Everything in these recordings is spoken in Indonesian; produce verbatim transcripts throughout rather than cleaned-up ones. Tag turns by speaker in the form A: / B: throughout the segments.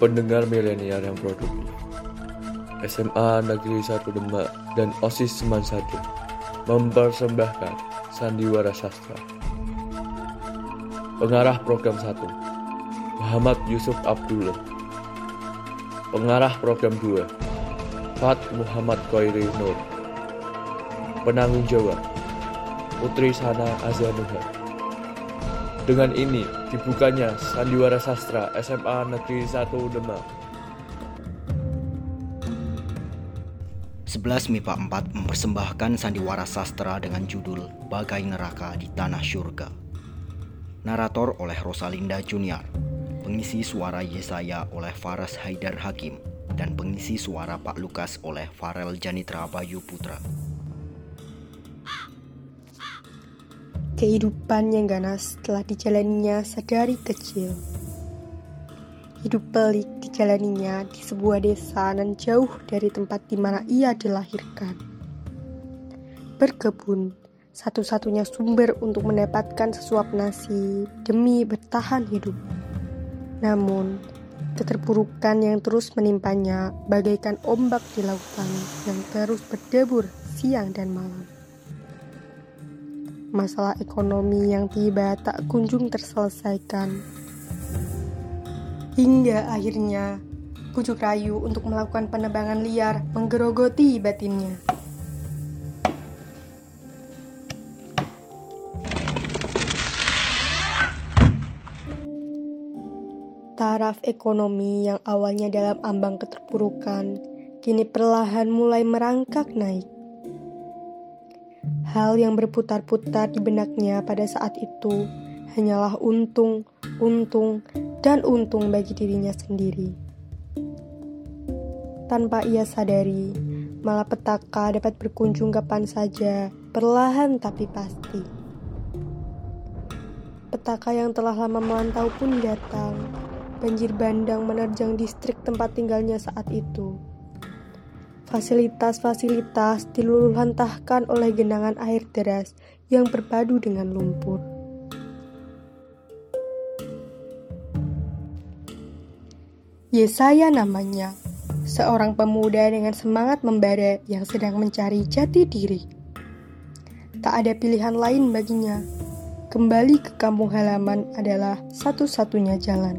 A: pendengar milenial yang produktif, S M A Negeri satu Demak dan OSIS Seman satu mempersembahkan Sandiwara Sastra. Pengarah program satu, Muhammad Yusuf Abdullah. Pengarah program dua, Fat Muhammad Khairi Nur. Penanggung jawab, Putri Sana Azanuha. Dengan ini dibukanya Sandiwara Sastra S M A Negeri satu Demak.
B: sebelas M I P A empat mempersembahkan Sandiwara Sastra dengan judul Bagai Neraka di Tanah Syurga. Narator oleh Rosalinda Junior, pengisi suara Yesaya oleh Faras Haidar Hakim, dan pengisi suara Pak Lukas oleh Farel Janitra Bayu Putra.
C: Kehidupan yang ganas telah dijalaninya sedari kecil. Hidup pelik dijalaninya di sebuah desa nan jauh dari tempat di mana ia dilahirkan. Berkebun, satu-satunya sumber untuk mendapatkan sesuap nasi demi bertahan hidup. Namun, keterpurukan yang terus menimpanya bagaikan ombak di lautan yang terus berdebur siang dan malam. Masalah ekonomi yang tiba tak kunjung terselesaikan. Hingga akhirnya, bujuk rayu untuk melakukan penebangan liar menggerogoti batinnya. Taraf ekonomi yang awalnya dalam ambang keterpurukan, kini perlahan mulai merangkak naik. Hal yang berputar-putar di benaknya pada saat itu hanyalah untung, untung, dan untung bagi dirinya sendiri. Tanpa ia sadari, malapetaka dapat berkunjung kapan saja, perlahan tapi pasti. Petaka yang telah lama melantau pun datang. Banjir bandang menerjang distrik tempat tinggalnya saat itu. Fasilitas-fasilitas diluluhlantahkan oleh genangan air deras yang berpadu dengan lumpur. Yesaya namanya, seorang pemuda dengan semangat membara yang sedang mencari jati diri. Tak ada pilihan lain baginya. Kembali ke kampung halaman adalah satu-satunya jalan.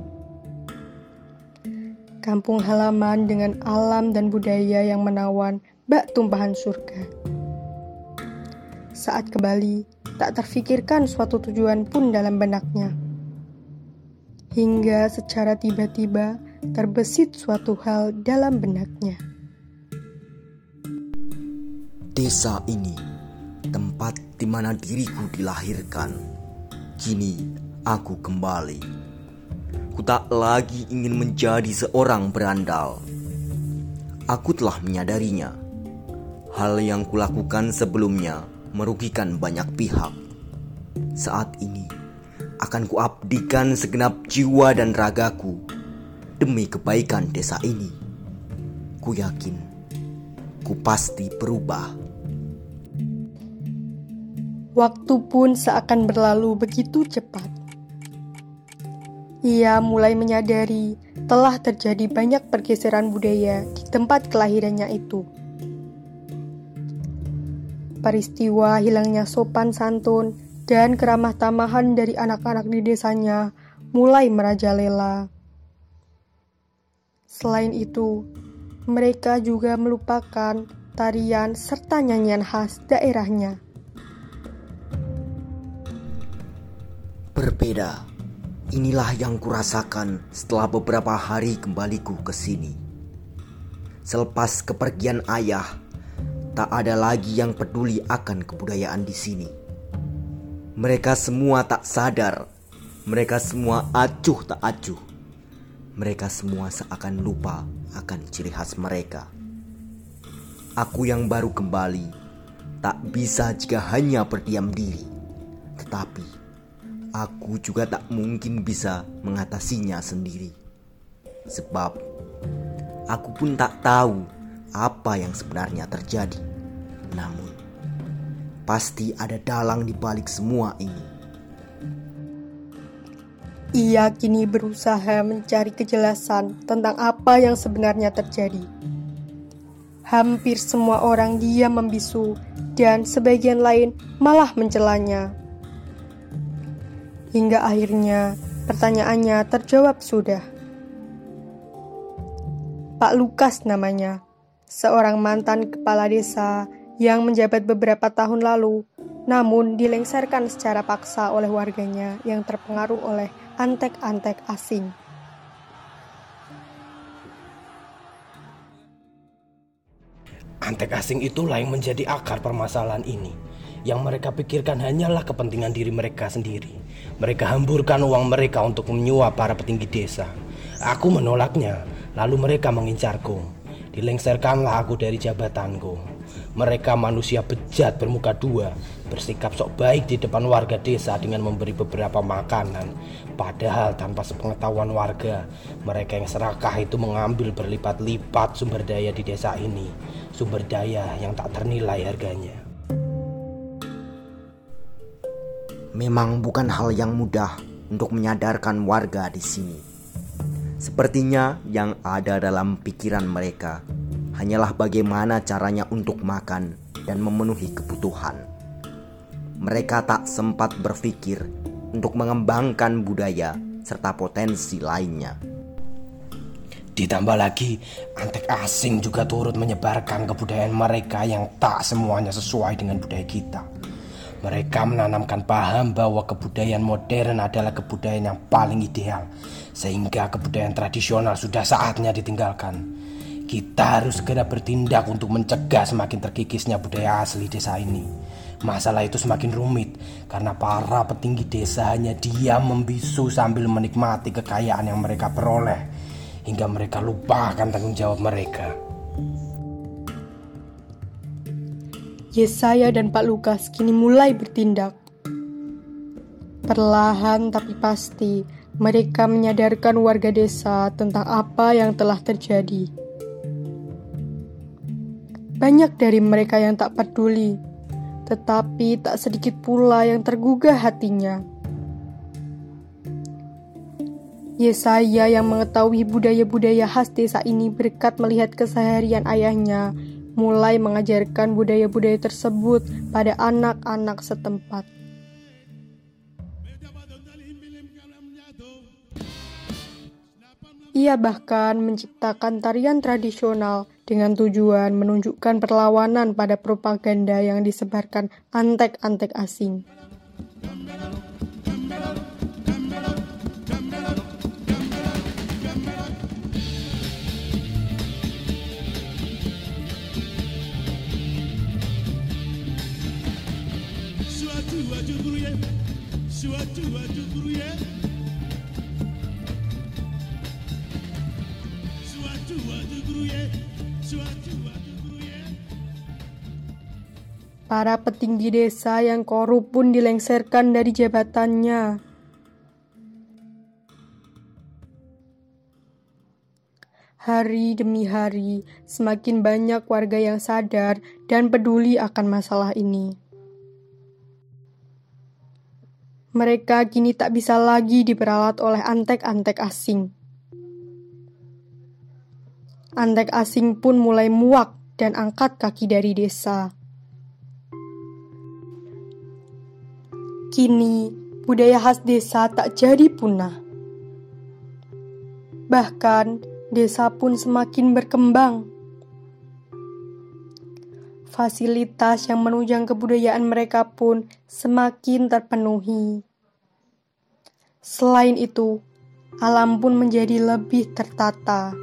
C: Kampung halaman dengan alam dan budaya yang menawan bak tumpahan surga. Saat kembali, tak terfikirkan suatu tujuan pun dalam benaknya. Hingga secara tiba-tiba terbesit suatu hal dalam benaknya.
B: Desa ini, tempat di mana diriku dilahirkan. Kini aku kembali. Ku tak lagi ingin menjadi seorang berandal. Aku telah menyadarinya. Hal yang kulakukan sebelumnya merugikan banyak pihak. Saat ini akan kuabdikan segenap jiwa dan ragaku demi kebaikan desa ini. Ku yakin ku pasti berubah.
C: Waktu pun seakan berlalu begitu cepat. Ia mulai menyadari telah terjadi banyak pergeseran budaya di tempat kelahirannya itu. Peristiwa hilangnya sopan santun dan keramah tamahan dari anak-anak di desanya mulai merajalela. Selain itu, mereka juga melupakan tarian serta nyanyian khas daerahnya.
B: Berbeda. Inilah yang kurasakan setelah beberapa hari kembaliku ke sini. Selepas kepergian ayah, tak ada lagi yang peduli akan kebudayaan di sini. Mereka semua tak sadar, mereka semua acuh tak acuh. Mereka semua seakan lupa akan ciri khas mereka. Aku yang baru kembali, tak bisa jika hanya berdiam diri. Tetapi aku juga tak mungkin bisa mengatasinya sendiri. Sebab aku pun tak tahu apa yang sebenarnya terjadi. Namun, pasti ada dalang di balik semua ini.
C: Ia kini berusaha mencari kejelasan tentang apa yang sebenarnya terjadi. Hampir semua orang diam membisu dan sebagian lain malah mencelanya. Hingga akhirnya pertanyaannya terjawab sudah. Pak Lukas namanya, seorang mantan kepala desa yang menjabat beberapa tahun lalu, namun dilengsarkan secara paksa oleh warganya yang terpengaruh oleh antek-antek asing.
D: Antek asing itulah yang menjadi akar permasalahan ini. Yang mereka pikirkan hanyalah kepentingan diri mereka sendiri. Mereka hamburkan uang mereka untuk menyuap para petinggi desa. Aku menolaknya, lalu mereka mengincarku. Dilengsarkanlah aku dari jabatanku. Mereka manusia bejat bermuka dua, bersikap sok baik di depan warga desa dengan memberi beberapa makanan. Padahal tanpa sepengetahuan warga, mereka yang serakah itu mengambil berlipat-lipat sumber daya di desa ini. Sumber daya yang tak ternilai harganya.
B: Memang bukan hal yang mudah untuk menyadarkan warga di sini. Sepertinya yang ada dalam pikiran mereka hanyalah bagaimana caranya untuk makan dan memenuhi kebutuhan. Mereka tak sempat berpikir untuk mengembangkan budaya serta potensi lainnya.
D: Ditambah lagi, antek asing juga turut menyebarkan kebudayaan mereka yang tak semuanya sesuai dengan budaya kita. Mereka menanamkan paham bahwa kebudayaan modern adalah kebudayaan yang paling ideal, sehingga kebudayaan tradisional sudah saatnya ditinggalkan. Kita harus segera bertindak untuk mencegah semakin terkikisnya budaya asli desa ini. Masalah itu semakin rumit karena para petinggi desa hanya diam membisu sambil menikmati kekayaan yang mereka peroleh, hingga mereka lupakan tanggung jawab mereka.
C: Yesaya dan Pak Lukas kini mulai bertindak. Perlahan tapi pasti, mereka menyadarkan warga desa tentang apa yang telah terjadi. Banyak dari mereka yang tak peduli, tetapi tak sedikit pula yang tergugah hatinya. Yesaya yang mengetahui budaya-budaya khas desa ini berkat melihat keseharian ayahnya, mulai mengajarkan budaya-budaya tersebut pada anak-anak setempat. Ia bahkan menciptakan tarian tradisional dengan tujuan menunjukkan perlawanan pada propaganda yang disebarkan antek-antek asing. Para petinggi desa yang korup pun dilengsarkan dari jabatannya. Hari demi hari, semakin banyak warga yang sadar dan peduli akan masalah ini. Mereka kini tak bisa lagi diperalat oleh antek-antek asing. Antek asing pun mulai muak dan angkat kaki dari desa. Kini, budaya khas desa tak jadi punah. Bahkan, desa pun semakin berkembang. Fasilitas yang menunjang kebudayaan mereka pun semakin terpenuhi. Selain itu, alam pun menjadi lebih tertata.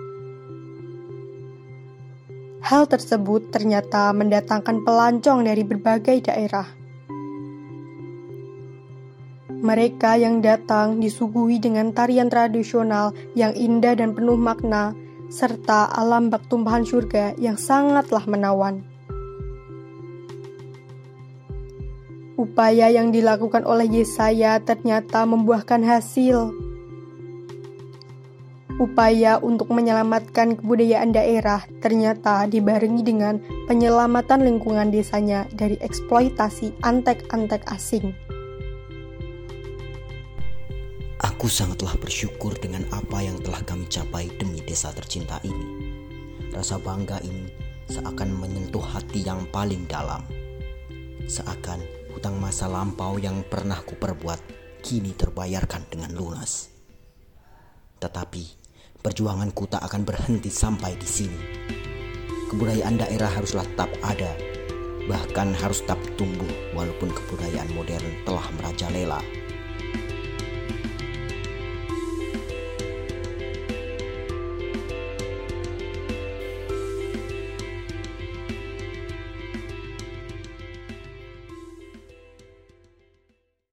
C: Hal tersebut ternyata mendatangkan pelancong dari berbagai daerah. Mereka yang datang disuguhi dengan tarian tradisional yang indah dan penuh makna, serta alam bak tumpahan surga yang sangatlah menawan. Upaya yang dilakukan oleh Yesaya ternyata membuahkan hasil. Upaya untuk menyelamatkan kebudayaan daerah ternyata dibarengi dengan penyelamatan lingkungan desanya dari eksploitasi antek-antek asing.
B: Aku sangatlah bersyukur dengan apa yang telah kami capai demi desa tercinta ini. Rasa bangga ini seakan menyentuh hati yang paling dalam. Seakan hutang masa lampau yang pernah kuperbuat kini terbayarkan dengan lunas. Tetapi perjuanganku tak akan berhenti sampai di sini. Kebudayaan daerah haruslah tetap ada, bahkan harus tetap tumbuh walaupun kebudayaan modern telah merajalela.